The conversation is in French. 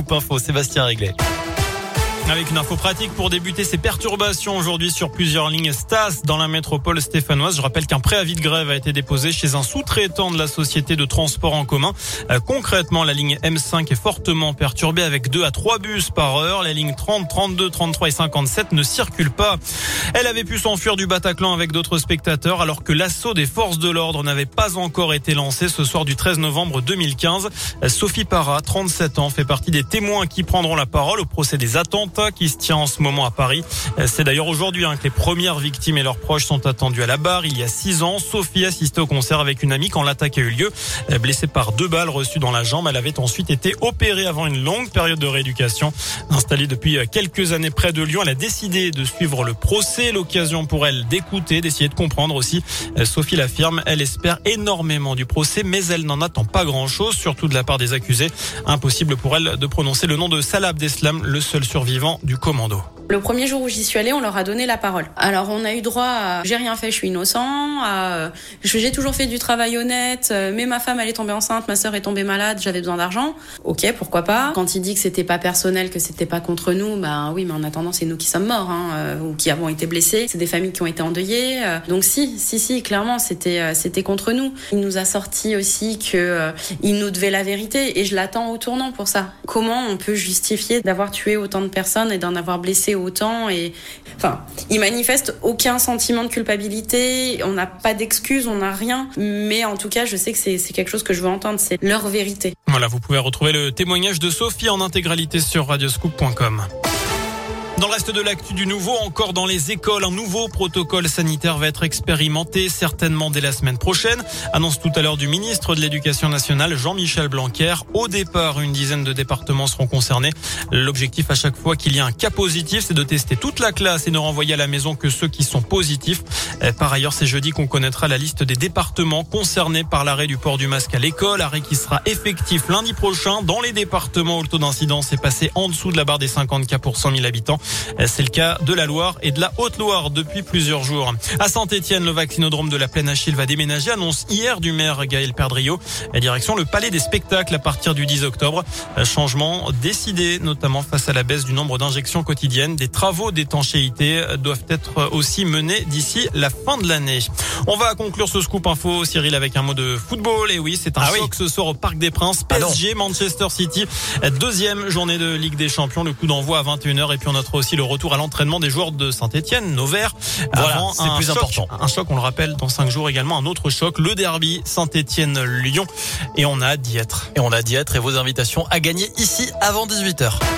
Scoop Info, Sébastien Réglet. Avec une info pratique pour débuter ces perturbations aujourd'hui sur plusieurs lignes STAS dans la métropole stéphanoise. Je rappelle qu'un préavis de grève a été déposé chez un sous-traitant de la société de transport en commun. Concrètement, la ligne M5 est fortement perturbée avec 2 à 3 bus par heure. Les lignes 30, 32, 33 et 57 ne circulent pas. Elle avait pu s'enfuir du Bataclan avec d'autres spectateurs alors que l'assaut des forces de l'ordre n'avait pas encore été lancé ce soir du 13 novembre 2015. Sophie Parra, 37 ans, fait partie des témoins qui prendront la parole au procès des attentats qui se tient en ce moment à Paris. C'est d'ailleurs aujourd'hui que les premières victimes et leurs proches sont attendus à la barre. Il y a 6 ans, Sophie assistait au concert avec une amie quand l'attaque a eu lieu. Blessée par 2 balles reçues dans la jambe, elle avait ensuite été opérée avant une longue période de rééducation. Installée depuis quelques années près de Lyon, elle a décidé de suivre le procès. L'occasion pour elle d'écouter, d'essayer de comprendre aussi. Sophie l'affirme, elle espère énormément du procès, mais elle n'en attend pas grand-chose, surtout de la part des accusés. Impossible pour elle de prononcer le nom de Salah Abdeslam, le seul survivant du commando. Le premier jour où j'y suis allée, on leur a donné la parole. Alors on a eu droit à j'ai rien fait, je suis innocent, j'ai toujours fait du travail honnête, mais ma femme elle est tombée enceinte, ma sœur est tombée malade, j'avais besoin d'argent. Ok, pourquoi pas. Quand il dit que c'était pas personnel, que c'était pas contre nous, oui, mais en attendant c'est nous qui sommes morts ou qui avons été blessés. C'est des familles qui ont été endeuillées. Donc si, clairement c'était contre nous. Il nous a sorti aussi que il nous devait la vérité et je l'attends au tournant pour ça. Comment on peut justifier d'avoir tué autant de personnes et d'en avoir blessé autant il manifeste aucun sentiment de culpabilité, on n'a pas d'excuses, on n'a rien, mais en tout cas je sais que c'est quelque chose que je veux entendre, c'est leur vérité. Voilà, vous pouvez retrouver le témoignage de Sophie en intégralité sur radioscoop.com. Dans le reste de l'actu du nouveau, encore dans les écoles, un nouveau protocole sanitaire va être expérimenté certainement dès la semaine prochaine. Annonce tout à l'heure du ministre de l'Éducation nationale, Jean-Michel Blanquer. Au départ, une dizaine de départements seront concernés. L'objectif à chaque fois qu'il y a un cas positif, c'est de tester toute la classe et ne renvoyer à la maison que ceux qui sont positifs. Par ailleurs, c'est jeudi qu'on connaîtra la liste des départements concernés par l'arrêt du port du masque à l'école. Arrêt qui sera effectif lundi prochain dans les départements où le taux d'incidence est passé en dessous de la barre des 50 cas pour 100 000 habitants. C'est le cas de la Loire et de la Haute-Loire depuis plusieurs jours. À Saint-Étienne, le vaccinodrome de la Plaine Achille va déménager. Annonce hier du maire Gaël Perdriau. Direction le Palais des Spectacles à partir du 10 octobre. Changement décidé notamment face à la baisse du nombre d'injections quotidiennes. Des travaux d'étanchéité doivent être aussi menés d'ici la fin de l'année. On va conclure ce scoop info, Cyril, avec un mot de football. Et oui, c'est un choc ce soir au Parc des Princes. PSG, Manchester City, deuxième journée de Ligue des Champions. Le coup d'envoi à 21h. Et puis on notera aussi le retour à l'entraînement des joueurs de Saint-Étienne, nos Verts. Voilà, c'est plus important. Un choc, on le rappelle, dans 5 jours également, un autre choc, le derby Saint-Étienne-Lyon. Et on a hâte d'y être. Et vos invitations à gagner ici avant 18h.